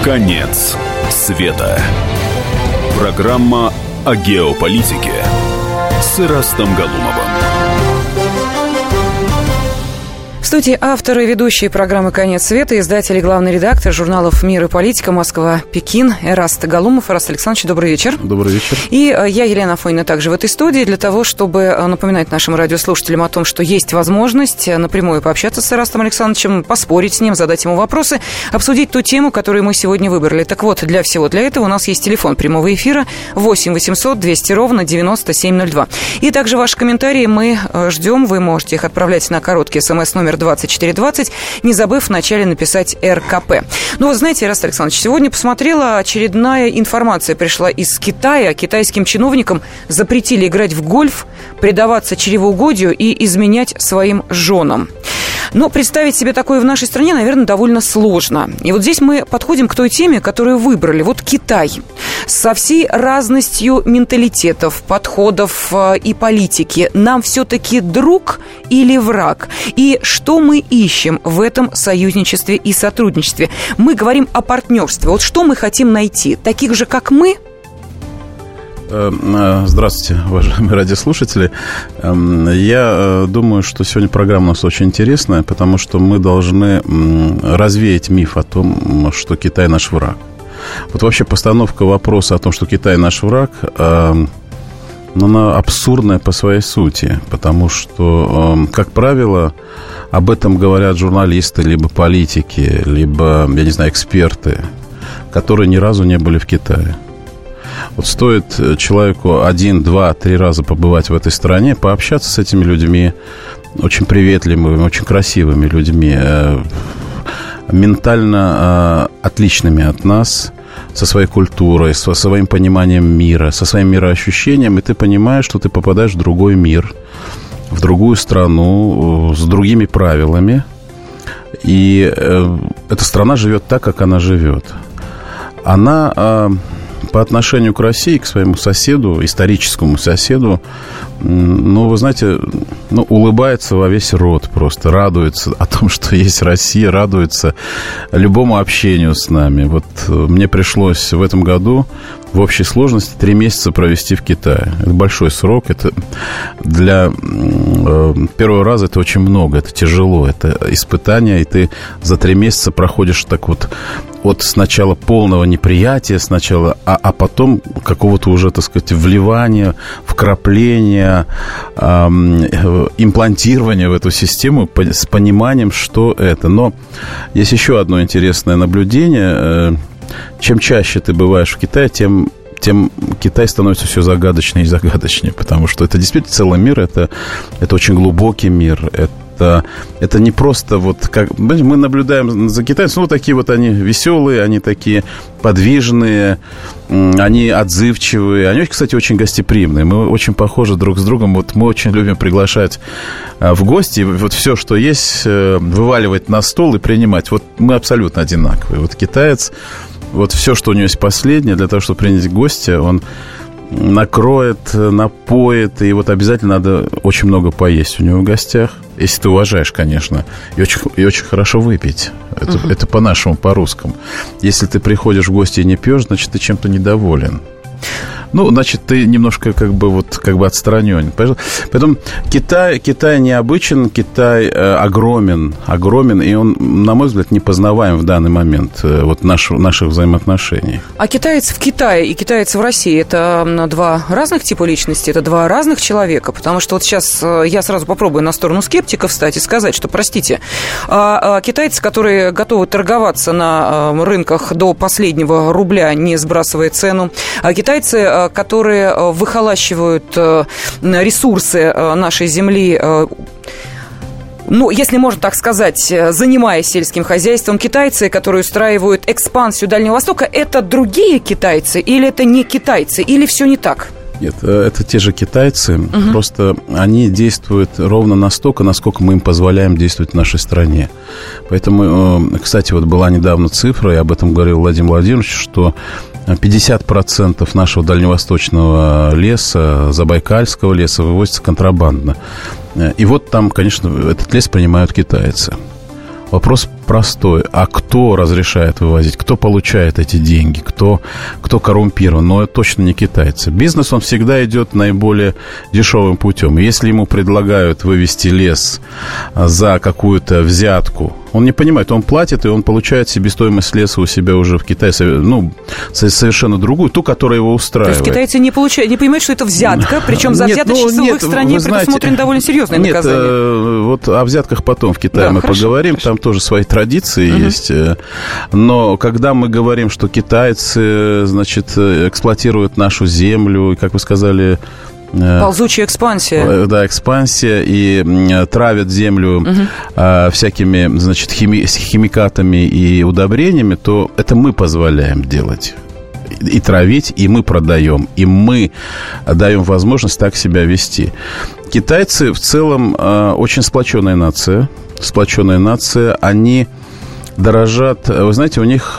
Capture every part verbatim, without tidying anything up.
Конец света. Программа о геополитике с Ирастом Галумовым. В студии автор и ведущий программы «Конец света», издатель и главный редактор журналов «Мир и политика», Москва, Пекин, Ираст Галумов. Ираст Александрович, добрый вечер. Добрый вечер. И я, Елена Афонина, также в этой студии для того, чтобы напоминать нашим радиослушателям о том, что есть возможность напрямую пообщаться с Ирастом Александровичем, поспорить с ним, задать ему вопросы, обсудить ту тему, которую мы сегодня выбрали. Так вот, для всего для этого у нас есть телефон прямого эфира восемь восемьсот двести ровно девяносто семь ноль два. И также ваши комментарии мы ждем. Вы можете их отправлять на короткий смс номер двадцать четыре двадцать, не забыв вначале написать эр ка пэ. Ну вот знаете, Ираст Александрович, сегодня посмотрела, очередная информация пришла из Китая. Китайским чиновникам запретили играть в гольф, предаваться чревоугодию и изменять своим женам. Но представить себе такое в нашей стране, наверное, довольно сложно. И вот здесь мы подходим к той теме, которую выбрали. Вот Китай. Со всей разностью менталитетов, подходов и политики нам все-таки друг или враг? И что мы ищем в этом союзничестве и сотрудничестве? Мы говорим о партнерстве. Вот что мы хотим найти? Таких же, как мы? Здравствуйте, уважаемые радиослушатели. Я думаю, что сегодня программа у нас очень интересная, потому что мы должны развеять миф о том, что Китай наш враг. Вот вообще постановка вопроса о том, что Китай наш враг, она абсурдная по своей сути, потому что, как правило, об этом говорят журналисты, либо политики, либо, я не знаю, эксперты, которые ни разу не были в Китае. Вот стоит человеку один, два, три раза побывать в этой стране, пообщаться с этими людьми, очень приветливыми, очень красивыми людьми, ментально отличными от нас, со своей культурой, со своим пониманием мира, со своим мироощущением, и ты понимаешь, что ты попадаешь в другой мир, в другую страну, с другими правилами, и эта страна живет так, как она живет. Она по отношению к России, к своему соседу, историческому соседу, ну, вы знаете, ну, улыбается во весь рот просто, радуется о том, что есть Россия, радуется любому общению с нами. Вот мне пришлось в этом году в общей сложности три месяца провести в Китае. Это большой срок, это для э, первого раза это очень много, это тяжело, это испытание, и ты за три месяца проходишь так вот от сначала полного неприятия, сначала, а, а потом какого-то уже, так сказать, вливания, вкрапления, э, имплантирования в эту систему с пониманием, что это. Но есть еще одно интересное наблюдение. Чем чаще ты бываешь в Китае, тем, тем Китай становится все загадочнее и загадочнее, потому что это действительно целый мир, это, это очень глубокий мир, это, это не просто вот как... Мы наблюдаем за китайцами, ну, вот такие вот они веселые, они такие подвижные, они отзывчивые, они, кстати, очень гостеприимные, мы очень похожи друг с другом, вот мы очень любим приглашать в гости, вот все, что есть, вываливать на стол и принимать, вот мы абсолютно одинаковые, вот китаец, вот все, что у него есть последнее, для того, чтобы принять гостя, он накроет, напоит, и вот обязательно надо очень много поесть у него в гостях, если ты уважаешь, конечно, и очень, и очень хорошо выпить. Это, uh-huh. это по-нашему, по-русскому. Если ты приходишь в гости и не пьешь, значит, ты чем-то недоволен. Ну, значит, ты немножко как бы вот как бы отстранен. Поэтому Китай, Китай необычен, Китай э, огромен, огромен, и он, на мой взгляд, непознаваем в данный момент э, вот наш, наших взаимоотношений. А китаец в Китае и китаец в России – это два разных типа личности, это два разных человека, потому что вот сейчас я сразу попробую на сторону скептиков встать и сказать, что, простите, а, а китайцы, которые готовы торговаться на рынках до последнего рубля, не сбрасывая цену, а китайцы, которые выхолащивают ресурсы нашей земли, ну, если можно так сказать, занимаясь сельским хозяйством, китайцы, которые устраивают экспансию Дальнего Востока, это другие китайцы или это не китайцы, или все не так? Нет, это те же китайцы, угу. Просто они действуют ровно настолько, насколько мы им позволяем действовать в нашей стране. Поэтому, кстати, вот была недавно цифра, и об этом говорил Владимир Владимирович, что пятьдесят процентов нашего дальневосточного леса, забайкальского леса, вывозится контрабандно. И вот там, конечно, этот лес принимают китайцы. Вопрос, простой. А кто разрешает вывозить? Кто получает эти деньги? Кто, кто коррумпирован? Но это точно не китайцы. Бизнес, он всегда идет наиболее дешевым путем. Если ему предлагают вывести лес за какую-то взятку, он не понимает, он платит, и он получает себестоимость леса у себя уже в Китае, ну, совершенно другую, ту, которая его устраивает. То есть китайцы не, получают, не понимают, что это взятка, причем за взяточество ну, в их стране предусмотрено довольно серьезное нет, наказание. Нет, вот о взятках потом в Китае да, мы хорошо, поговорим, хорошо. Там тоже свои традиции угу. есть. Но когда мы говорим, что китайцы, значит, эксплуатируют нашу землю, и, как вы сказали... Ползучая экспансия. Да, экспансия, и травят землю угу. а, всякими, значит, хими, химикатами и удобрениями, то это мы позволяем делать. И травить, и мы продаем, и мы даем возможность так себя вести. Китайцы в целом а, очень сплоченная нация. Сплоченная нация. Они дорожат... Вы знаете, у них...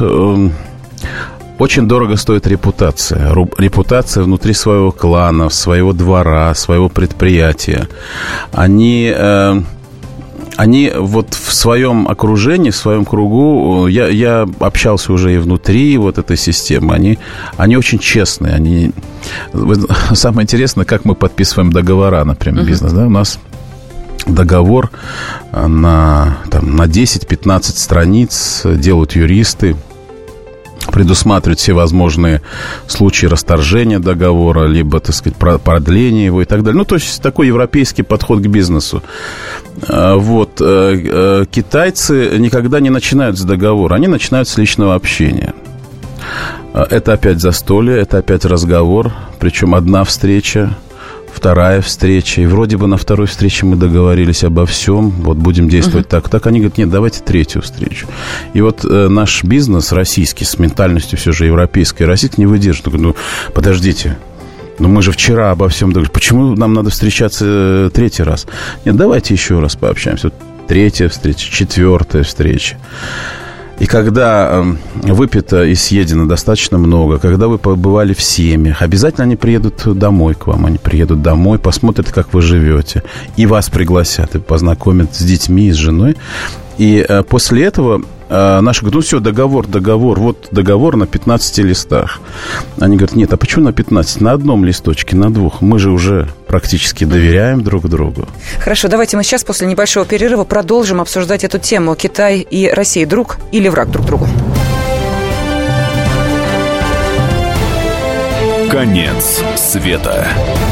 Очень дорого стоит репутация. Репутация внутри своего клана, своего двора, своего предприятия. Они, э, они вот в своем окружении, в своем кругу, я, я общался уже и внутри вот этой системы, они, они очень честные. Они, самое интересное, как мы подписываем договора, например, uh-huh. бизнес. Да? У нас договор на, там, на десять-пятнадцать страниц делают юристы, предусматривать все возможные случаи расторжения договора, либо, так сказать, продления его и так далее. Ну, то есть, такой европейский подход к бизнесу. Вот. Китайцы никогда не начинают с договора, они начинают с личного общения. Это опять застолье, это опять разговор, причем одна встреча, вторая встреча, и вроде бы на второй встрече мы договорились обо всем, вот будем действовать uh-huh. так, так. Они говорят, нет, давайте третью встречу. И вот э, наш бизнес российский, с ментальностью все же европейской, российский не выдержит. Ну, подождите, ну мы же вчера обо всем договорились, почему нам надо встречаться третий раз? Нет, давайте еще раз пообщаемся. Вот третья встреча, четвертая встреча. И когда выпито и съедено достаточно много, когда вы побывали в семьях, обязательно они приедут домой к вам, они приедут домой, посмотрят, как вы живете, и вас пригласят, и познакомят с детьми, с женой. И после этого наши говорят, ну все, договор, договор, вот договор на пятнадцати листах. Они говорят, нет, а почему на пятнадцати? На одном листочке, на двух. Мы же уже практически доверяем друг другу. Хорошо, давайте мы сейчас после небольшого перерыва продолжим обсуждать эту тему. Китай и Россия друг или враг друг другу? Конец света.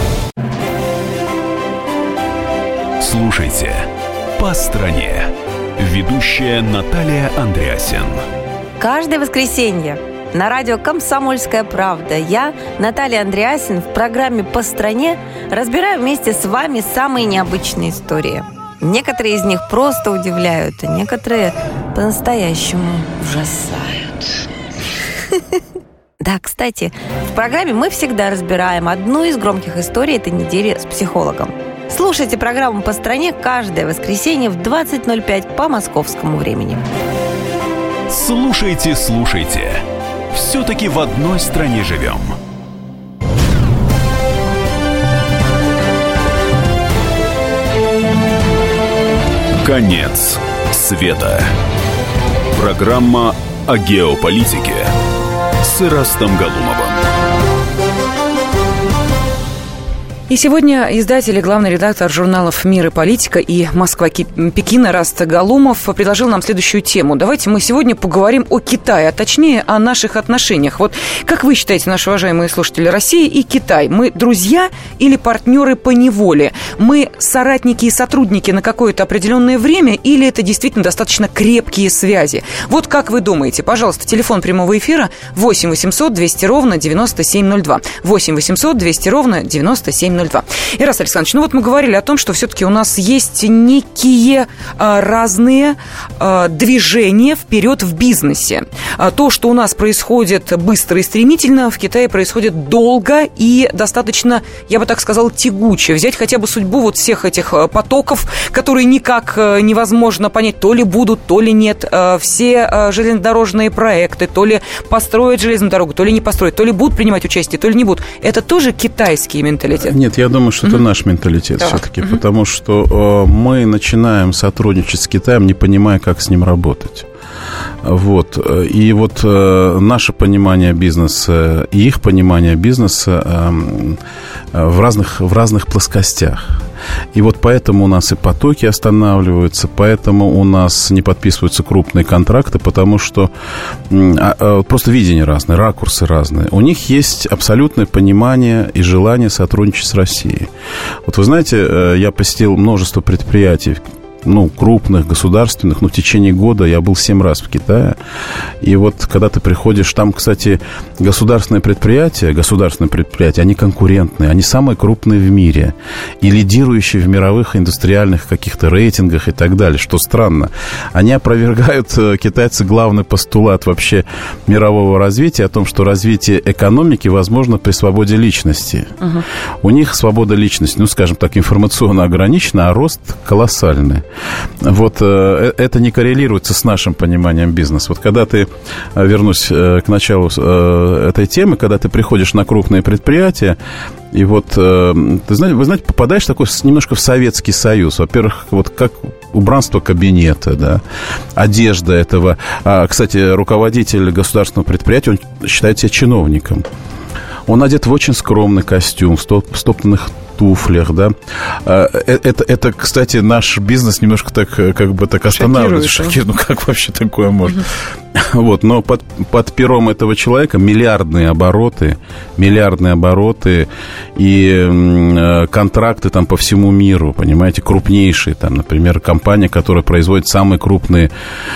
Слушайте «По стране». Ведущая Наталья Андреасен. Каждое воскресенье на радио «Комсомольская правда» я, Наталья Андреасен, в программе «По стране» разбираю вместе с вами самые необычные истории. Некоторые из них просто удивляют, а некоторые по-настоящему ужасают. Да, кстати, в программе мы всегда разбираем одну из громких историй этой недели с психологом. Слушайте программу «По стране» каждое воскресенье в двадцать ноль пять по московскому времени. Слушайте, слушайте. Все-таки в одной стране живем. Конец света. Программа о геополитике с Ирастом Галумовым. И сегодня издатель и главный редактор журналов «Мир и политика» и «Москва-Пекин» Ираст Галумов предложил нам следующую тему. Давайте мы сегодня поговорим о Китае, а точнее о наших отношениях. Вот как вы считаете, наши уважаемые слушатели, Россия и Китай, мы друзья или партнеры по неволе? Мы соратники и сотрудники на какое-то определенное время или это действительно достаточно крепкие связи? Вот как вы думаете? Пожалуйста, телефон прямого эфира восемь восемьсот двести ровно девяносто семь ноль два. восемь восемьсот двести ровно девяносто семь ноль два. Ираст Александрович, ну вот мы говорили о том, что все-таки у нас есть некие а, разные а, движения вперед в бизнесе. А, то, что у нас происходит быстро и стремительно, в Китае происходит долго и достаточно, я бы так сказала, тягуче. Взять хотя бы судьбу вот всех этих потоков, которые никак невозможно понять, то ли будут, то ли нет. А, все а, железнодорожные проекты, то ли построят железную дорогу, то ли не построят, то ли будут принимать участие, то ли не будут. Это тоже китайский менталитет? Нет, я думаю, что uh-huh. это наш менталитет так. все-таки, uh-huh. потому что э, мы начинаем сотрудничать с Китаем, не понимая, как с ним работать. Вот. И вот наше понимание бизнеса и их понимание бизнеса в разных, в разных плоскостях. И вот поэтому у нас и потоки останавливаются, поэтому у нас не подписываются крупные контракты, потому что просто видение разное, ракурсы разные. У них есть абсолютное понимание и желание сотрудничать с Россией. Вот вы знаете, я посетил множество предприятий, ну, крупных, государственных, но в течение года я был семь раз в Китае. И вот когда ты приходишь, там, кстати, государственные предприятия, государственные предприятия, они конкурентные, они самые крупные в мире и лидирующие в мировых индустриальных каких-то рейтингах и так далее, что странно. Они опровергают, китайцы, главный постулат вообще мирового развития о том, что развитие экономики возможно при свободе личности. Uh-huh. У них свобода личности, ну, скажем так, информационно ограничена, а рост колоссальный. Вот э, это не коррелируется с нашим пониманием бизнеса. Вот когда ты, вернусь э, к началу э, этой темы, когда ты приходишь на крупные предприятия, и вот, э, ты знаете, вы знаете, попадаешь такой немножко в Советский Союз. Во-первых, вот как убранство кабинета, да, одежда этого. А, кстати, руководитель государственного предприятия, он считает себя чиновником. Он одет в очень скромный костюм, в стоптанных туфлях, да. Это, это, кстати, наш бизнес немножко так, как бы так останавливает. Шокирует. Ну, как вообще такое можно? Uh-huh. Вот, но под, под пером этого человека миллиардные обороты, миллиардные обороты и м, контракты там по всему миру, понимаете, крупнейшие. Там, например, компания, которая производит самые крупные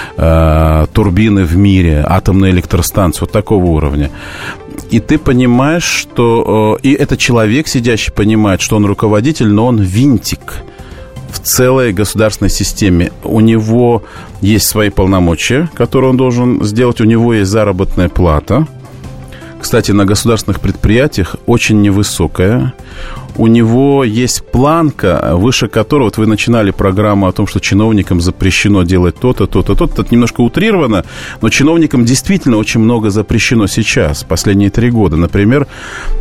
э, турбины в мире, атомные электростанции, вот такого уровня. И ты понимаешь, что... И этот человек, сидящий, понимает, что он руководитель, но он винтик в целой государственной системе. У него есть свои полномочия, которые он должен сделать. У него есть заработная плата. Кстати, на государственных предприятиях очень невысокая. У него есть планка, выше которой, вот вы начинали программу о том, что чиновникам запрещено делать то-то, то-то, то-то. Это немножко утрировано, но чиновникам действительно очень много запрещено сейчас, последние три года. Например,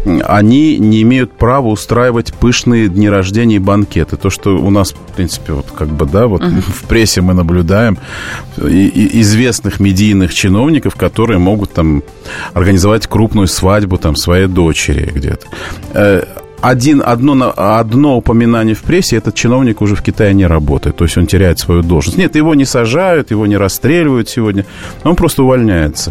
они не имеют права устраивать пышные дни рождения и банкеты. То, что у нас, в принципе, вот как бы, да, вот uh-huh. в прессе мы наблюдаем и, и известных медийных чиновников, которые могут там организовать крупную свадьбу там своей дочери где-то. Один, одно, одно упоминание в прессе, этот чиновник уже в Китае не работает. То есть он теряет свою должность. Нет, его не сажают, его не расстреливают сегодня. Он просто увольняется.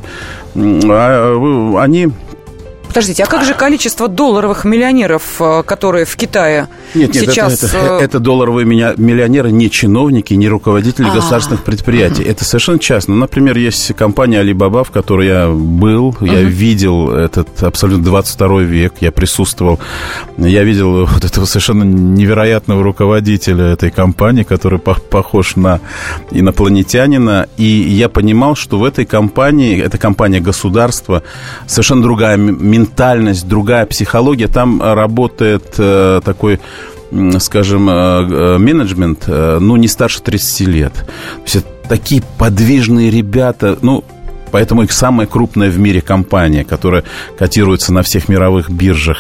Они... Подождите, а как же количество долларовых миллионеров, которые в Китае нет, нет, сейчас... Это, это, это долларовые миллионеры, не чиновники, не руководители А-а-а. государственных предприятий. Uh-huh. Это совершенно частно. Например, есть компания Alibaba, в которой я был, uh-huh. я видел этот абсолютно двадцать второй век, я присутствовал. Я видел вот этого совершенно невероятного руководителя этой компании, который похож на инопланетянина. И я понимал, что в этой компании, эта компания государства, совершенно другая ментальность, ментальность, другая психология. Там работает э, такой, скажем, э, менеджмент, э, ну, не старше тридцати лет. То есть это такие подвижные ребята, ну, поэтому их самая крупная в мире компания, которая котируется на всех мировых биржах.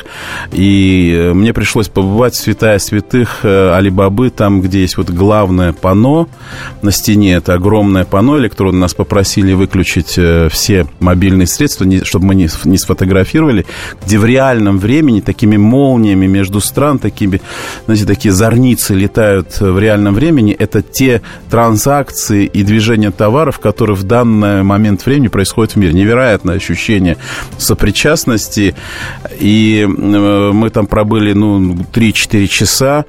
И мне пришлось побывать в святая святых Алибабы, там, где есть вот главное панно на стене. Это огромное панно электронное. Нас попросили выключить все мобильные средства, чтобы мы не сфотографировали, где в реальном времени такими молниями между стран, такими, знаете, такие зорницы летают в реальном времени. Это те транзакции и движения товаров, которые в данный момент времени происходит в мире. Невероятное ощущение сопричастности. И мы там пробыли, ну, три-четыре часа.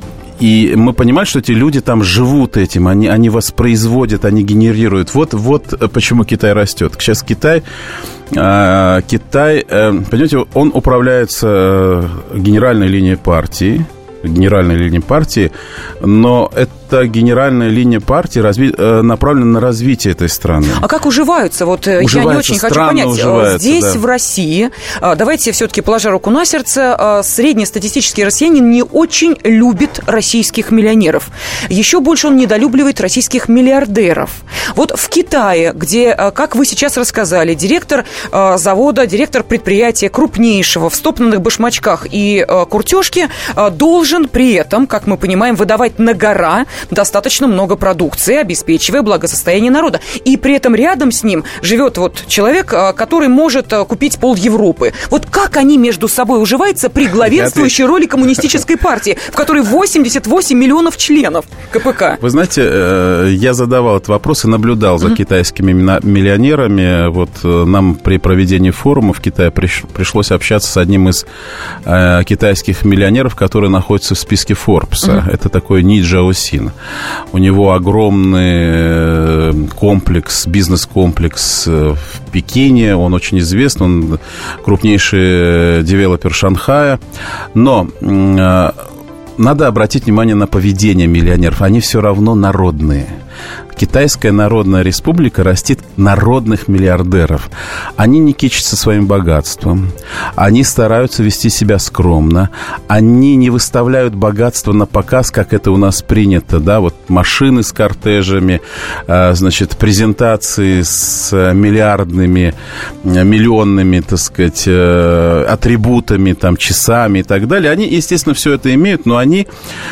И мы понимали, что эти люди там живут этим, они, они воспроизводят, они генерируют. Вот, вот почему Китай растет. Сейчас Китай, э, Китай, э, понимаете, он управляется генеральной линией партии, генеральной линии партии, но эта генеральная линия партии разви... направлена на развитие этой страны. А как уживаются? Вот уживаются, я не очень хочу понять. Здесь, да. в России, давайте все-таки, положа руку на сердце, среднестатистический россиянин не очень любит российских миллионеров. Еще больше он недолюбливает российских миллиардеров. Вот в Китае, где, как вы сейчас рассказали, директор завода, директор предприятия крупнейшего в стоптанных башмачках и куртежке должен должен при этом, как мы понимаем, выдавать на гора достаточно много продукции, обеспечивая благосостояние народа. И при этом рядом с ним живет вот человек, который может купить пол Европы. Вот как они между собой уживаются при главенствующей роли коммунистической партии, в которой восемьдесят восемь миллионов членов ка пэ ка? Вы знаете, я задавал этот вопрос и наблюдал за mm-hmm. китайскими миллионерами. Вот нам при проведении форума в Китае пришлось общаться с одним из э, китайских миллионеров, который находится в списке Форбса. Mm-hmm. Это такой Ни Джаосин. У него огромный комплекс, бизнес-комплекс в Пекине. Он очень известен, он крупнейший девелопер Шанхая. Но э, надо обратить внимание на поведение миллионеров. Они все равно народные. Китайская Народная Республика растит народных миллиардеров. Они не кичатся своим богатством. Они стараются вести себя скромно. Они не выставляют богатство на показ, как это у нас принято. Да? Вот машины с кортежами, значит, презентации с миллиардными, миллионными, так сказать, атрибутами, там, часами и так далее. Они, естественно, все это имеют, но они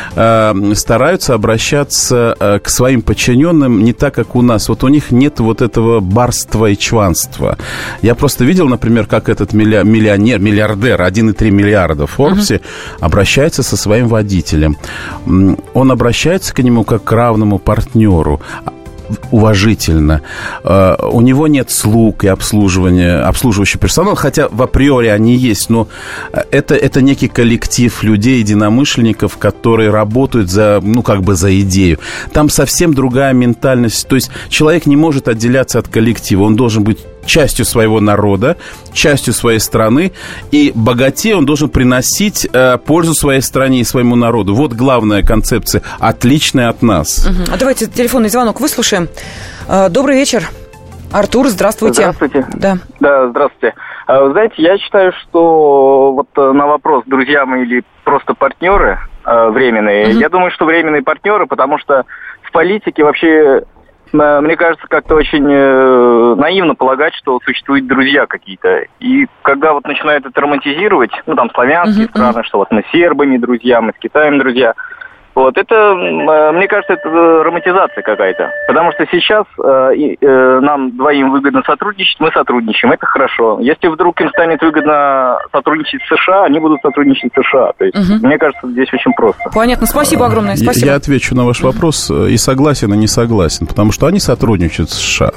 стараются обращаться к своим подчиненным не так, как у нас. Вот у них нет вот этого барства и чванства. Я просто видел, например, как этот миллионер, миллиардер, один целых три миллиарда в Форбсе, uh-huh. обращается со своим водителем. Он обращается к нему как к равному партнеру, уважительно. У него нет слуг и обслуживания, обслуживающий персонал, хотя в априори они есть, но это, это некий коллектив людей, единомышленников, которые работают за, ну, как бы за идею. Там совсем другая ментальность. То есть человек не может отделяться от коллектива. Он должен быть частью своего народа, частью своей страны, и богатее он должен приносить э, пользу своей стране и своему народу. Вот главная концепция, отличная от нас. Uh-huh. А давайте телефонный звонок выслушаем. Uh, добрый вечер. Артур, здравствуйте. Здравствуйте. Да, да здравствуйте. Uh, знаете, я считаю, что вот на вопрос, друзья мы или просто партнеры uh, временные, uh-huh. я думаю, что временные партнеры, потому что в политике вообще... Мне кажется, как-то очень э, наивно полагать, что существуют друзья какие-то. И когда вот начинают это романтизировать, ну, там, славянские uh-huh, страны, uh-huh. что вот мы с сербами друзья, мы с Китаем друзья, вот, это, э, мне кажется, это романтизация какая-то. Потому что сейчас э, э, нам двоим выгодно сотрудничать, мы сотрудничаем, это хорошо. Если вдруг им станет выгодно сотрудничать с США, они будут сотрудничать с США. То есть, uh-huh. мне кажется, здесь очень просто. Понятно, спасибо огромное, спасибо. Я, я отвечу на ваш uh-huh. вопрос и согласен, и не согласен, потому что они сотрудничают с США.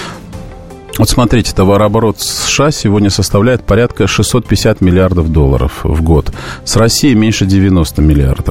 Вот смотрите, товарооборот США сегодня составляет порядка шестьсот пятьдесят миллиардов долларов в год. С Россией меньше девяносто миллиардов.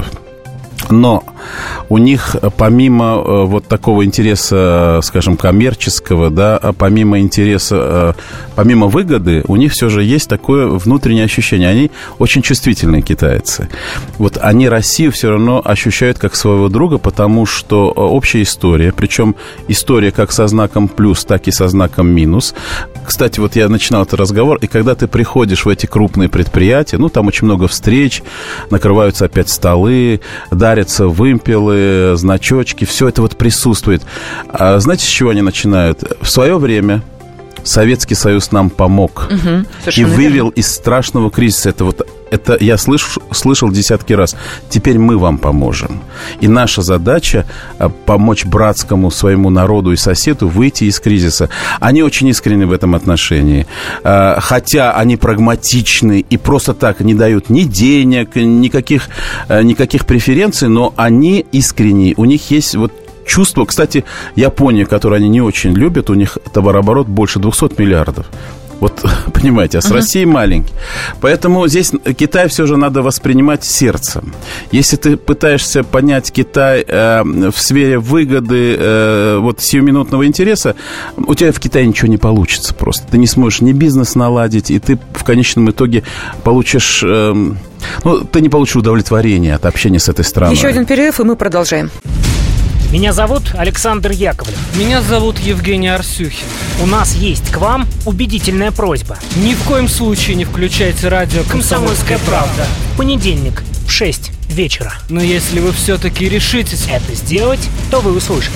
Но у них помимо вот такого интереса, скажем, коммерческого, да, помимо интереса, помимо выгоды, у них все же есть такое внутреннее ощущение. Они очень чувствительные китайцы. Вот они Россию все равно ощущают как своего друга, потому что общая история, причем история как со знаком плюс, так и со знаком минус. Кстати, вот я начинал этот разговор, и когда ты приходишь в эти крупные предприятия, ну, там очень много встреч, накрываются опять столы, дарятся вымпелы, значочки, все это вот присутствует. А знаете, с чего они начинают? В свое время Советский Союз нам помог угу, и вывел верно. Из страшного кризиса. Это вот, это я слыш, слышал десятки раз. Теперь мы вам поможем. И наша задача помочь братскому своему народу и соседу выйти из кризиса. Они очень искренны в этом отношении. Хотя они прагматичны и просто так не дают ни денег, никаких, никаких преференций, но они искренние. У них есть вот чувство. Кстати, Япония, которую они не очень любят, у них товарооборот больше двухсот миллиардов. Вот, понимаете, а с uh-huh. Россией маленький. Поэтому здесь Китай все же надо воспринимать сердцем. Если ты пытаешься понять Китай э, в сфере выгоды, э, вот сиюминутного интереса, у тебя в Китае ничего не получится просто. Ты не сможешь ни бизнес наладить, и ты в конечном итоге получишь... Э, ну, ты не получишь удовлетворения от общения с этой страной. Еще один перерыв, и мы продолжаем. Меня зовут Александр Яковлев. Меня зовут Евгений Арсюхин. У нас есть к вам убедительная просьба. Ни в коем случае не включайте радио «Комсомольская правда». В понедельник в шесть вечера. Но если вы все-таки решитесь это сделать, то вы услышите.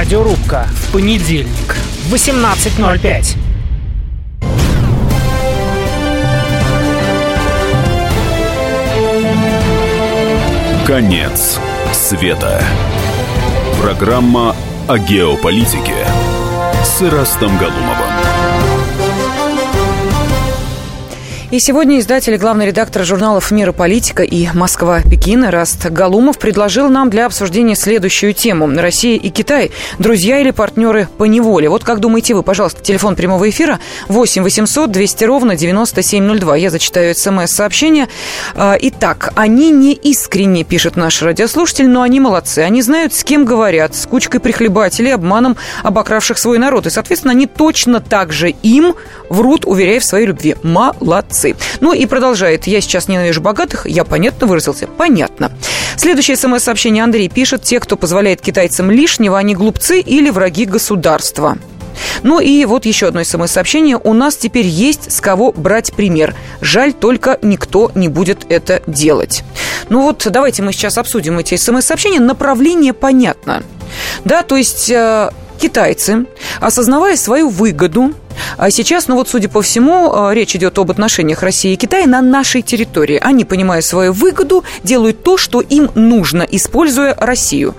Радиорубка. В понедельник в восемнадцать ноль пять. Конец света. Программа о геополитике с Ирастом Галумовым. И сегодня издатель и главный редактор журналов «Мир и политика» и «Москва-Пекин» Ираст Галумов предложил нам для обсуждения следующую тему. Россия и Китай – друзья или партнеры по неволе? Вот как думаете вы? Пожалуйста, телефон прямого эфира восемь восемьсот двести ровно девяносто семь ноль два. Я зачитаю смс-сообщение. Итак, они не искренне, пишет наш радиослушатель, но они молодцы. Они знают, с кем говорят, с кучкой прихлебателей, обманом обокравших свой народ. И, соответственно, они точно так же им врут, уверяя в своей любви. Молодцы. Ну и продолжает. Я сейчас ненавижу богатых. Я понятно выразился? Понятно. Следующее смс-сообщение Андрей пишет. Те, кто позволяет китайцам лишнего, они глупцы или враги государства. Ну и вот еще одно смс-сообщение. У нас теперь есть с кого брать пример. Жаль, только никто не будет это делать. Ну вот давайте мы сейчас обсудим эти смс-сообщения. Направление понятно. Да, то есть э, китайцы, осознавая свою выгоду, а сейчас, ну вот, судя по всему, речь идет об отношениях России и Китая на нашей территории. Они, понимая свою выгоду, делают то, что им нужно, используя Россию.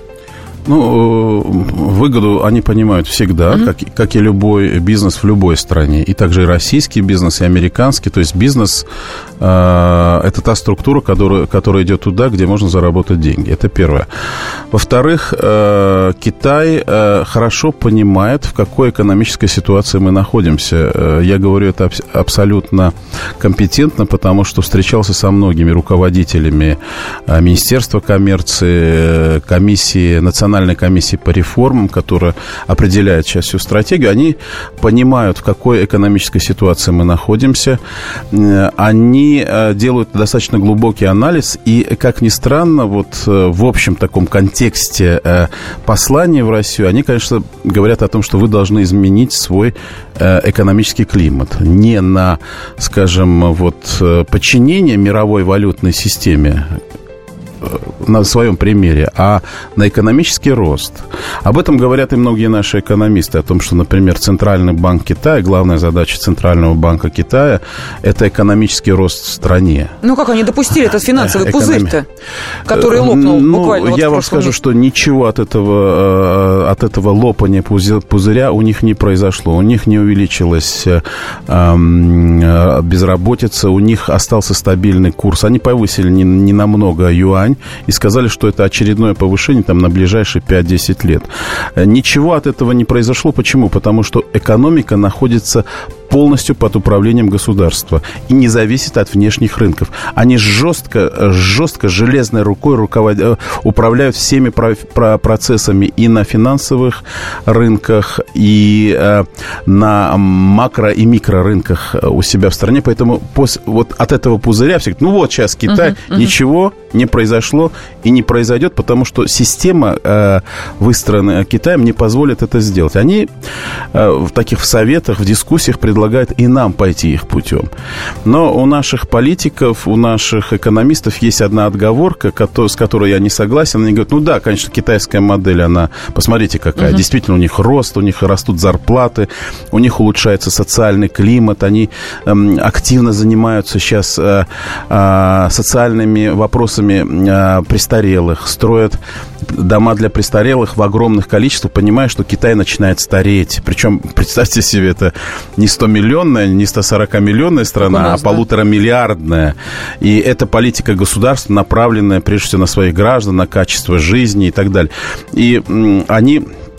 Ну, выгоду они понимают всегда, mm-hmm. как, как и любой бизнес в любой стране. И также и российский бизнес, и американский. То есть бизнес э, – это та структура, которая, которая идет туда, где можно заработать деньги. Это первое. Во-вторых, э, Китай э, хорошо понимает, в какой экономической ситуации мы находимся. Э, я говорю это аб- абсолютно компетентно, потому что встречался со многими руководителями э, Министерства коммерции, э, комиссии национальной Национальной комиссии по реформам, которая определяет сейчас всю стратегию, они понимают, в какой экономической ситуации мы находимся. Они делают достаточно глубокий анализ. И, как ни странно, вот в общем таком контексте послания в Россию, они, конечно, говорят о том, что вы должны изменить свой экономический климат. Не на, скажем, вот, подчинение мировой валютной системе, на своем примере, а на экономический рост. Об этом говорят и многие наши экономисты, о том, что, например, Центральный банк Китая, главная задача Центрального банка Китая – это экономический рост в стране. Ну, как они допустили этот финансовый пузырь-то, который лопнул ну, буквально вот я вам скажу, месяце. Что ничего от этого, от этого лопания пузыря у них не произошло. У них не увеличилась безработица, у них остался стабильный курс. Они повысили не, не намного юань и сказали, что это очередное повышение там, на ближайшие пять-десять лет. Ничего от этого не произошло. Почему? Потому что экономика находится полностью под управлением государства и не зависит от внешних рынков. Они жестко, жестко, железной рукой руководят, управляют всеми процессами и на финансовых рынках, и э, на макро- и микрорынках у себя в стране. Поэтому после, вот от этого пузыря всегда, ну вот сейчас Китай, uh-huh, uh-huh. ничего не произошло и не произойдет, потому что система, э, выстроенная Китаем, не позволит это сделать. Они э, в таких в советах, в дискуссиях предлагают и нам пойти их путем. Но у наших политиков, у наших экономистов есть одна отговорка, с которой я не согласен. Они говорят, ну да, конечно, китайская модель, она, посмотрите, какая. Uh-huh. Действительно, у них рост, у них растут зарплаты, у них улучшается социальный климат, они эм, активно занимаются сейчас э, э, социальными вопросами э, престарелых, строят дома для престарелых в огромных количествах, понимая, что Китай начинает стареть. Причем, представьте себе, это не сто миллионная, не сто сорок миллионная страна, нас, а полуторамиллиардная. И это политика государства, направленная прежде всего на своих граждан, на качество жизни и так далее. И м, они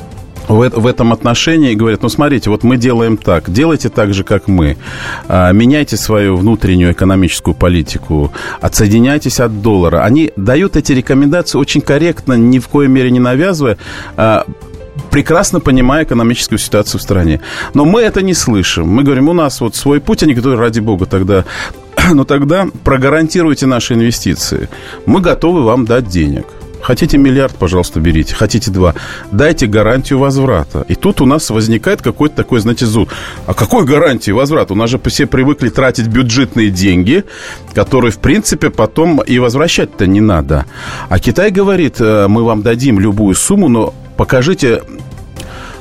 в, в этом отношении говорят, ну, смотрите, вот мы делаем так, делайте так же, как мы. А, меняйте свою внутреннюю экономическую политику, отсоединяйтесь от доллара. Они дают эти рекомендации очень корректно, ни в коей мере не навязывая, а, прекрасно понимая экономическую ситуацию в стране. Но мы это не слышим. Мы говорим, у нас вот свой путь, они говорят, ради бога, тогда, но тогда прогарантируйте наши инвестиции. Мы готовы вам дать денег. Хотите миллиард, пожалуйста, берите. Хотите два. Дайте гарантию возврата. И тут у нас возникает какой-то такой, знаете, зуд. А какой гарантии возврата? У нас же все привыкли тратить бюджетные деньги, которые, в принципе, потом и возвращать-то не надо. А Китай говорит, мы вам дадим любую сумму, но покажите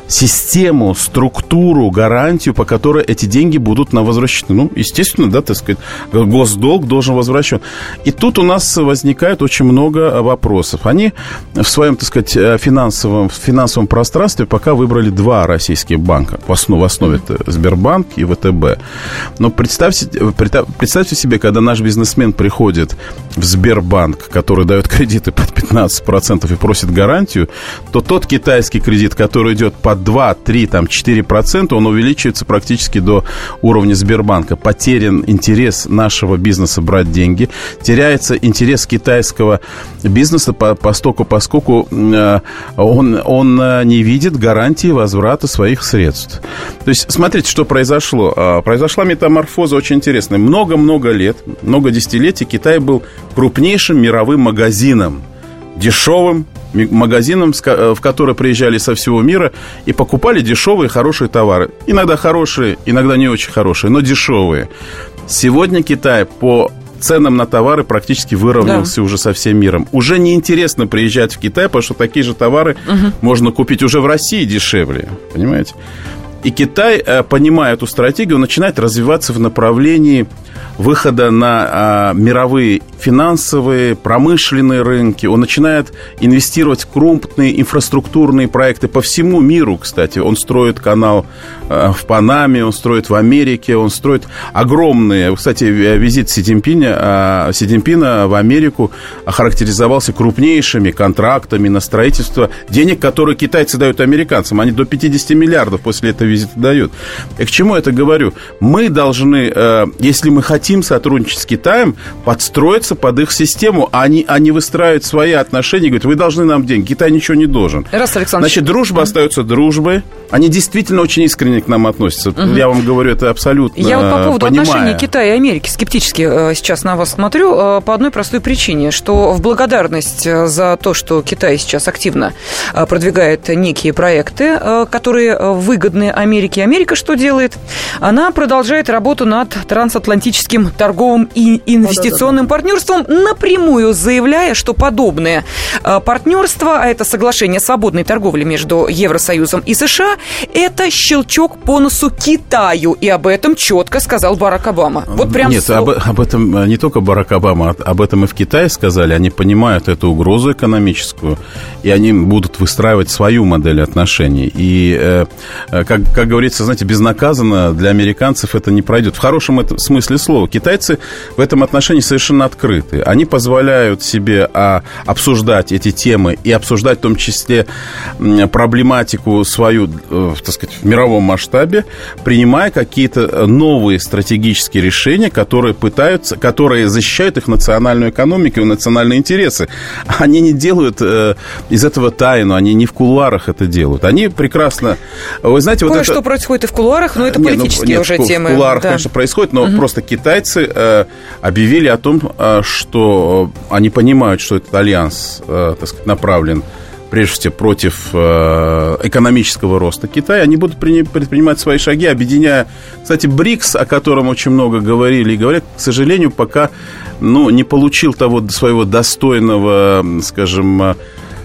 систему, структуру, гарантию, по которой эти деньги будут на возвращены. Ну, естественно, да, так сказать, госдолг должен возвращен. И тут у нас возникает очень много вопросов. Они в своем, так сказать, финансовом, финансовом пространстве пока выбрали два российских банка. В основе, в основе это Сбербанк и ВТБ. Но представьте, представьте себе, когда наш бизнесмен приходит в Сбербанк, который дает кредиты под пятнадцать процентов и просит гарантию, то тот китайский кредит, который идет под два, три, там, четыре процента, он увеличивается практически до уровня Сбербанка. Потерян интерес нашего бизнеса брать деньги, теряется интерес китайского бизнеса, по, постоку, поскольку э, он, он не видит гарантии возврата своих средств. То есть, смотрите, что произошло. Произошла метаморфоза очень интересная. Много-много лет, много десятилетий Китай был крупнейшим мировым магазином, дешевым магазином, в который приезжали со всего мира и покупали дешевые, хорошие товары. Иногда хорошие, иногда не очень хорошие, но дешевые. Сегодня Китай по ценам на товары практически выровнялся, да, уже со всем миром. Уже неинтересно приезжать в Китай, потому что такие же товары угу. можно купить уже в России дешевле. Понимаете? И Китай, понимая эту стратегию, начинает развиваться в направлении выхода на а, мировые финансовые, промышленные рынки. Он начинает инвестировать в крупные инфраструктурные проекты по всему миру, кстати. Он строит канал а, в Панаме, он строит в Америке, он строит огромные... Кстати, визит Си Цзиньпиня, а, Си Цзиньпина в Америку охарактеризовался крупнейшими контрактами на строительство, денег, которые китайцы дают американцам. Они до пятьдесят миллиардов после этого визита дают. И к чему это говорю? Мы должны, э, если мы хотим сотрудничать с Китаем, подстроиться под их систему, а не, а не выстраивать свои отношения и говорить, вы должны нам деньги. Китай ничего не должен. Раз, Александр. Значит, дружба mm-hmm. остается дружбой. Они действительно очень искренне к нам относятся. Mm-hmm. Я вам говорю, это абсолютно Я вот по поводу понимаю. отношений Китая и Америки скептически э, сейчас на вас смотрю э, по одной простой причине, что в благодарность за то, что Китай сейчас активно э, продвигает некие проекты, э, которые выгодны Америке. Америка что делает? Она продолжает работу над трансатлантическим торговым и инвестиционным партнерством, напрямую заявляя, что подобное партнерство, а это соглашение о свободной торговле между Евросоюзом и США, это щелчок по носу Китаю. И об этом четко сказал Барак Обама. Вот прям Нет, об, об этом не только Барак Обама, об этом и в Китае сказали. Они понимают эту угрозу экономическую, и они будут выстраивать свою модель отношений. И, э, как, как говорится, знаете, безнаказанно для американцев это не пройдет. В хорошем это, смысле слова. Китайцы в этом отношении совершенно открыты. Они позволяют себе а, обсуждать эти темы и обсуждать в том числе проблематику свою, э, так сказать, в мировом масштабе, принимая какие-то новые стратегические решения, которые пытаются, которые защищают их национальную экономику и национальные интересы. Они не делают э, из этого тайну, они не в кулуарах это делают. Они прекрасно... Вы знаете, вот Кое-что это... происходит и в кулуарах, но это нет, политические ну, нет, уже в, темы. В кулуарах, да. конечно, происходит, но угу. просто китайцы э, объявили о том, э, что они понимают, что этот альянс, э, так сказать, направлен прежде всего против э, экономического роста Китая. Они будут предпринимать свои шаги, объединяя... Кстати, БРИКС, о котором очень много говорили и говорят, к сожалению, пока ну, не получил того своего достойного, скажем... Э,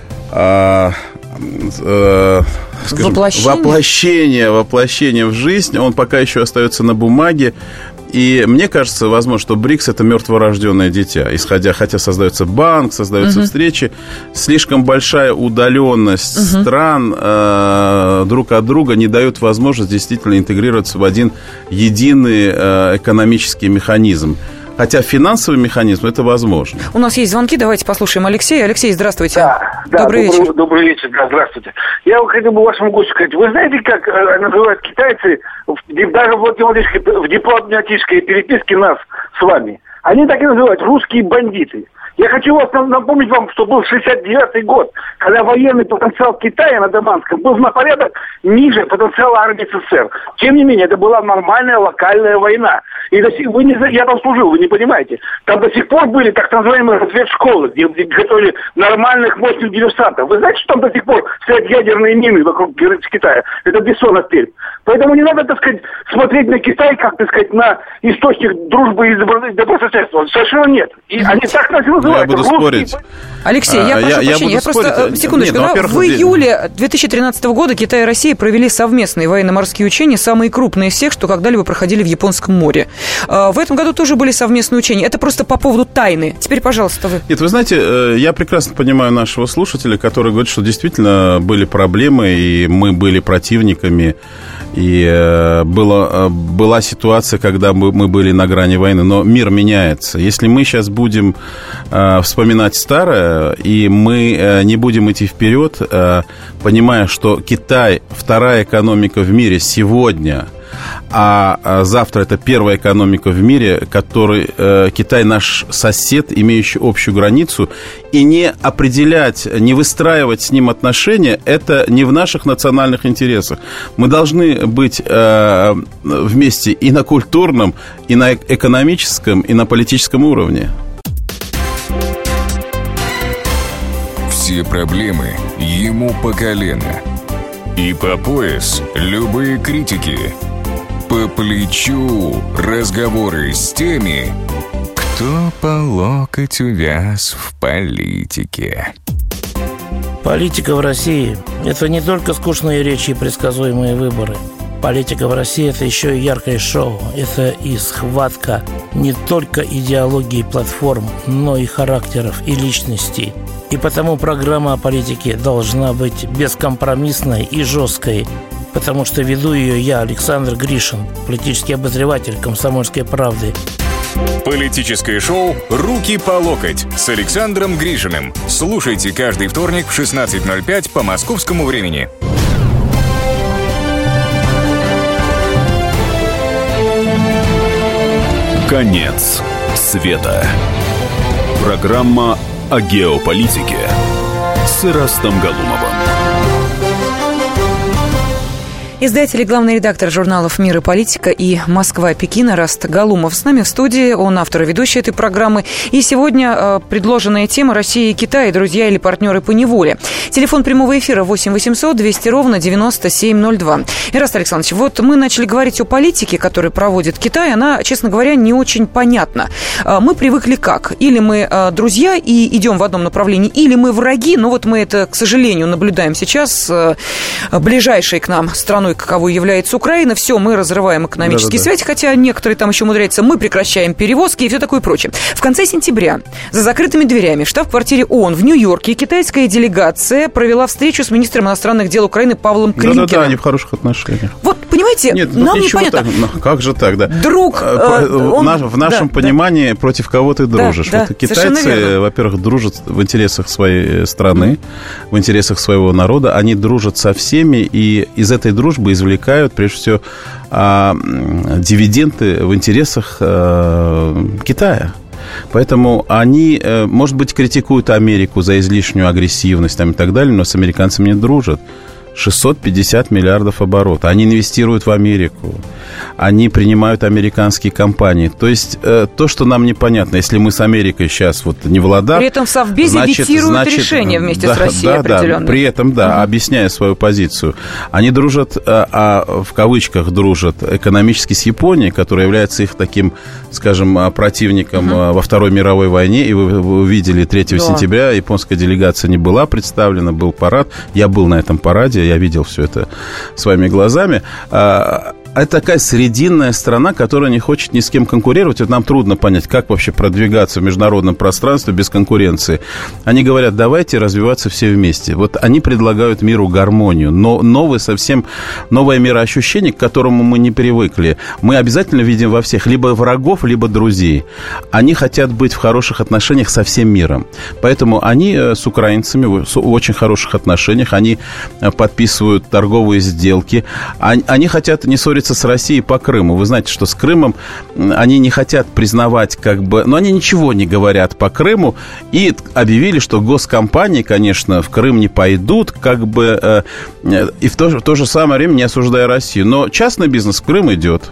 э, э, скажем, воплощение? воплощение, воплощение в жизнь. Он пока еще остается на бумаге. И мне кажется, возможно, что БРИКС – это мертворожденное дитя. Исходя, хотя создается банк, создаются uh-huh. встречи, слишком большая удаленность uh-huh. стран э, друг от друга не дает возможность действительно интегрироваться в один единый э, экономический механизм. Хотя финансовый механизм это возможно. У нас есть звонки, давайте послушаем Алексея. Алексей, здравствуйте. Да, да, добрый, добрый вечер. Добрый вечер, да, здравствуйте. Я хотел бы вашему гостю сказать, вы знаете, как э, называют китайцы, в, даже в, в дипломатической переписке нас с вами, они так и называют, русские бандиты. Я хочу вас напомнить вам, что был шестьдесят девятый год, когда военный потенциал Китая на Даманском был на порядок ниже потенциала армии СССР. Тем не менее, это была нормальная локальная война. И до сих, вы не, я там служил, вы не понимаете. Там до сих пор были так называемые разведшколы, где, где готовили нормальных мощных диверсантов. Вы знаете, что там до сих пор стоят ядерные мины вокруг Китая? Это Бессонов Пермь. Поэтому не надо, так сказать, смотреть на Китай, как, так сказать, на источник дружбы и добрососедства. Совершенно нет. И они так нас и называют. я буду спорить. Алексей, я прошу я, прощения, я, я просто, спорить. секундочку, Нет, ну, да, в июле две тысячи тринадцатого года Китай и Россия провели совместные военно-морские учения, самые крупные из всех, что когда-либо проходили в Японском море. В этом году тоже были совместные учения. Это просто по поводу тайны. Теперь, пожалуйста, вы. Нет, вы знаете, я прекрасно понимаю нашего слушателя, который говорит, что действительно были проблемы, и мы были противниками, и было, была ситуация, когда мы, мы были на грани войны, но мир меняется. Если мы сейчас будем э, вспоминать старое, и мы э, не будем идти вперед, э, понимая, что Китай вторая экономика в мире сегодня, а, а завтра это первая экономика в мире, который э, Китай наш сосед, имеющий общую границу, и не определять, не выстраивать с ним отношения, это не в наших национальных интересах. Мы должны быть э, вместе и на культурном, и на экономическом, и на политическом уровне. Все проблемы ему по колено. И по пояс любые критики. По плечу разговоры с теми, кто по локоть увяз в политике. Политика в России – это не только скучные речи и предсказуемые выборы. Политика в России – это еще и яркое шоу. Это и схватка не только идеологии платформ, но и характеров и личностей. И потому программа о политике должна быть бескомпромиссной и жесткой, потому что веду ее я, Александр Гришин, политический обозреватель «Комсомольской правды». Политическое шоу «Руки по локоть» с Александром Гришиным. Слушайте каждый вторник в шестнадцать ноль пять по московскому времени. Конец света. Программа о геополитике с Ирастом Галумовым. Издатель и главный редактор журналов «Мир и политика» и «Москва-Пекин» Ираст Галумов с нами в студии. Он автор и ведущий этой программы. И сегодня э, предложенная тема «Россия и Китай. Друзья или партнеры по неволе». Телефон прямого эфира восемь восемьсот двести ровно девяносто семь ноль два. Ираст Александрович, вот мы начали говорить о политике, которую проводит Китай. Она, честно говоря, не очень понятна. Э, мы привыкли как? Или мы э, друзья и идем в одном направлении, или мы враги. Но вот мы это, к сожалению, наблюдаем сейчас. Э, ближайшей к нам страной, каковой является Украина, все, мы разрываем экономические связи, хотя некоторые там еще умудряются, мы прекращаем перевозки и все такое прочее. В конце сентября за закрытыми дверями в штаб-квартире ООН в Нью-Йорке китайская делегация провела встречу с министром иностранных дел Украины Павлом Климкиным. Да-да-да, они в хороших отношениях. Вот, понимаете, Нет, нам ну, непонятно. Так, как же так, да? Друг, э, он, в нашем да, понимании, да. против кого ты дружишь. Да, вот да, китайцы, во-первых, дружат в интересах своей страны, mm-hmm. в интересах своего народа. Они дружат со всеми, и из этой дружбы извлекают, прежде всего, а, дивиденды в интересах а, Китая. Поэтому они, может быть, критикуют Америку за излишнюю агрессивность там, и так далее, но с американцами не дружат. шестьсот пятьдесят миллиардов оборота. Они инвестируют в Америку. Они принимают американские компании. То есть, э, то, что нам непонятно, если мы с Америкой сейчас вот не в ладах... При этом в Совбезе значит, ветируют значит, решения вместе да, с Россией да, определенно. Да, при этом, да, угу. объясняя свою позицию. Они дружат, а, а, в кавычках дружат, экономически с Японией, которая является их таким, скажем, противником угу. во Второй мировой войне. И вы, вы увидели третьего да. сентября, японская делегация не была представлена, был парад. Я был на этом параде, я видел все это своими глазами. Это такая срединная страна, которая не хочет ни с кем конкурировать. Вот нам трудно понять, как вообще продвигаться в международном пространстве без конкуренции. Они говорят, давайте развиваться все вместе. Вот они предлагают миру гармонию, но новое совсем новое мироощущение, к которому мы не привыкли. Мы обязательно видим во всех либо врагов, либо друзей. Они хотят быть в хороших отношениях со всем миром. Поэтому они с украинцами в очень хороших отношениях. Они подписывают торговые сделки. Они, они хотят не ссориться с Россией по Крыму. Вы знаете, что с Крымом они не хотят признавать, как бы... Но они ничего не говорят по Крыму. И объявили, что госкомпании, конечно, в Крым не пойдут, как бы... Э, и в то, в то же самое время не осуждая Россию. Но частный бизнес в Крым идет.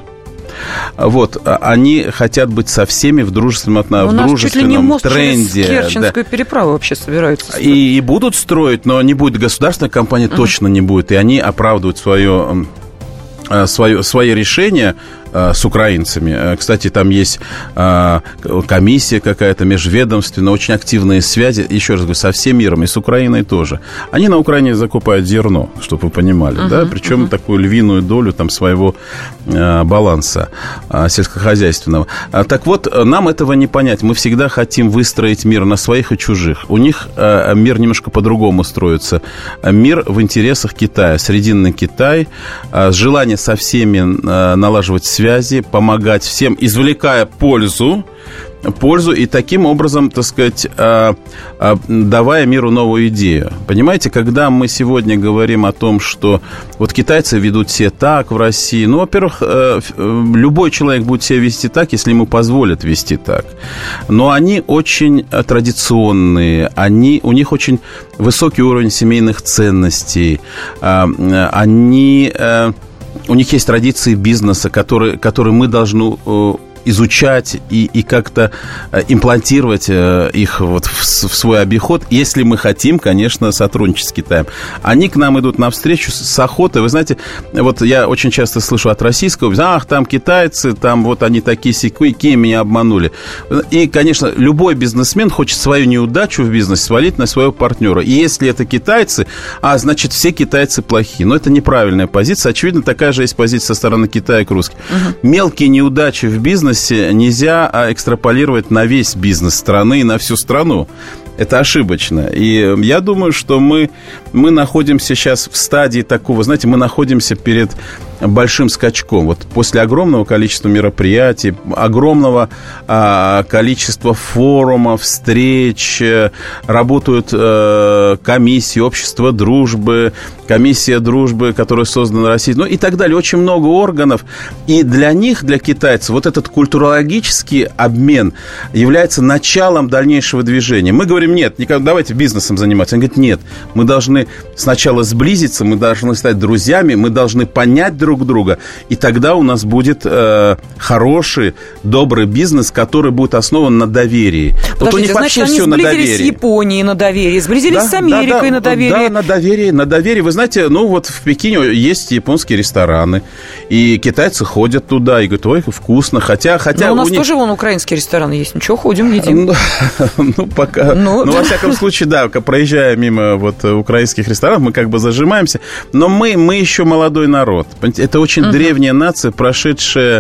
Вот, они хотят быть со всеми в дружественном, в дружественном чуть ли не мост тренде. Через Керченскую да. переправу вообще собираются. И, и будут строить, но не будет государственная компания, uh-huh. точно не будет. И они оправдывают свое... Свое, свои решения с украинцами. Кстати, там есть комиссия какая-то межведомственная, очень активные связи, еще раз говорю, со всем миром, и с Украиной тоже. Они на Украине закупают зерно, чтобы вы понимали, uh-huh, да, причем uh-huh. такую львиную долю там своего баланса сельскохозяйственного. Так вот, нам этого не понять. Мы всегда хотим выстроить мир на своих и чужих. У них мир немножко по-другому строится. Мир в интересах Китая, Срединный Китай, желание со всеми налаживать связи, помогать всем, извлекая пользу, пользу и таким образом, так сказать, давая миру новую идею. Понимаете, когда мы сегодня говорим о том, что вот китайцы ведут себя так в России, ну, во-первых, любой человек будет себя вести так, если ему позволят вести так. Но они очень традиционные, они, у них очень высокий уровень семейных ценностей, они, у них есть традиции бизнеса, которые, которые мы должны изучать и, и как-то имплантировать их вот в, в свой обиход, если мы хотим, конечно, сотрудничать с Китаем. Они к нам идут навстречу с охотой. Вы знаете, вот я очень часто слышу от российского: ах, там китайцы, там вот они такие сякие, меня обманули. И, конечно, любой бизнесмен хочет свою неудачу в бизнесе свалить на своего партнера. И если это китайцы, а, значит, все китайцы плохие. Но это неправильная позиция. Очевидно, такая же есть позиция со стороны Китая к русским. Угу. Мелкие неудачи в бизнесе нельзя экстраполировать на весь бизнес страны и на всю страну. Это ошибочно. И я думаю, что мы, мы находимся сейчас в стадии такого, знаете, мы находимся перед большим скачком. Вот после огромного количества мероприятий, огромного а, количества форумов, встреч, работают а, комиссии, общество дружбы, комиссия дружбы, которая создана Россией, ну и так далее. Очень много органов. И для них, для китайцев, вот этот культурологический обмен является началом дальнейшего движения. Мы говорим: нет, никогда, давайте бизнесом заниматься. Они говорят: нет, мы должны сначала сблизиться, мы должны стать друзьями, мы должны понять друг друга, и тогда у нас будет э, хороший, добрый бизнес, который будет основан на доверии. Подождите, вот у них значит, вообще они все на доверии. сблизились с Японией на доверии, сблизились да, с Америкой да, да, на доверии. Да, на доверии, на доверии. Вы знаете, ну вот в Пекине есть японские рестораны, и китайцы ходят туда и говорят: ой, вкусно. Хотя, хотя Но у нас у них... тоже вон украинские рестораны есть. Ничего, ходим, едим. Ну, пока... Ну, во всяком случае, да, проезжая мимо вот украинских ресторанов, мы как бы зажимаемся. Но мы, мы еще молодой народ. Это очень uh-huh. древняя нация, прошедшая,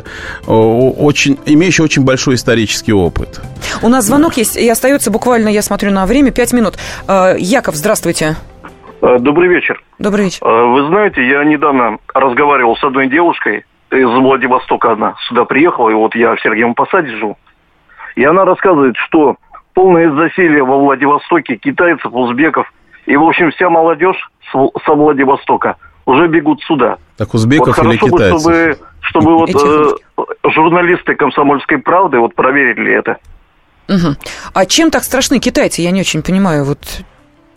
очень, имеющая очень большой исторический опыт. У нас звонок да. есть, и остается буквально, я смотрю на время, пять минут. Яков, здравствуйте. Добрый вечер. Добрый вечер. Вы знаете, я недавно разговаривал с одной девушкой из Владивостока, она сюда приехала, и вот я в Сергиевом Посаде живу. И она рассказывает, что полное засилье во Владивостоке китайцев, узбеков, и, в общем, вся молодежь со Владивостока уже бегут сюда. Так узбеков вот или хорошо китайцев? Бы, чтобы, чтобы вот э, журналисты «Комсомольской правды» вот проверили это. Угу. А чем так страшны китайцы? Я не очень понимаю. Вот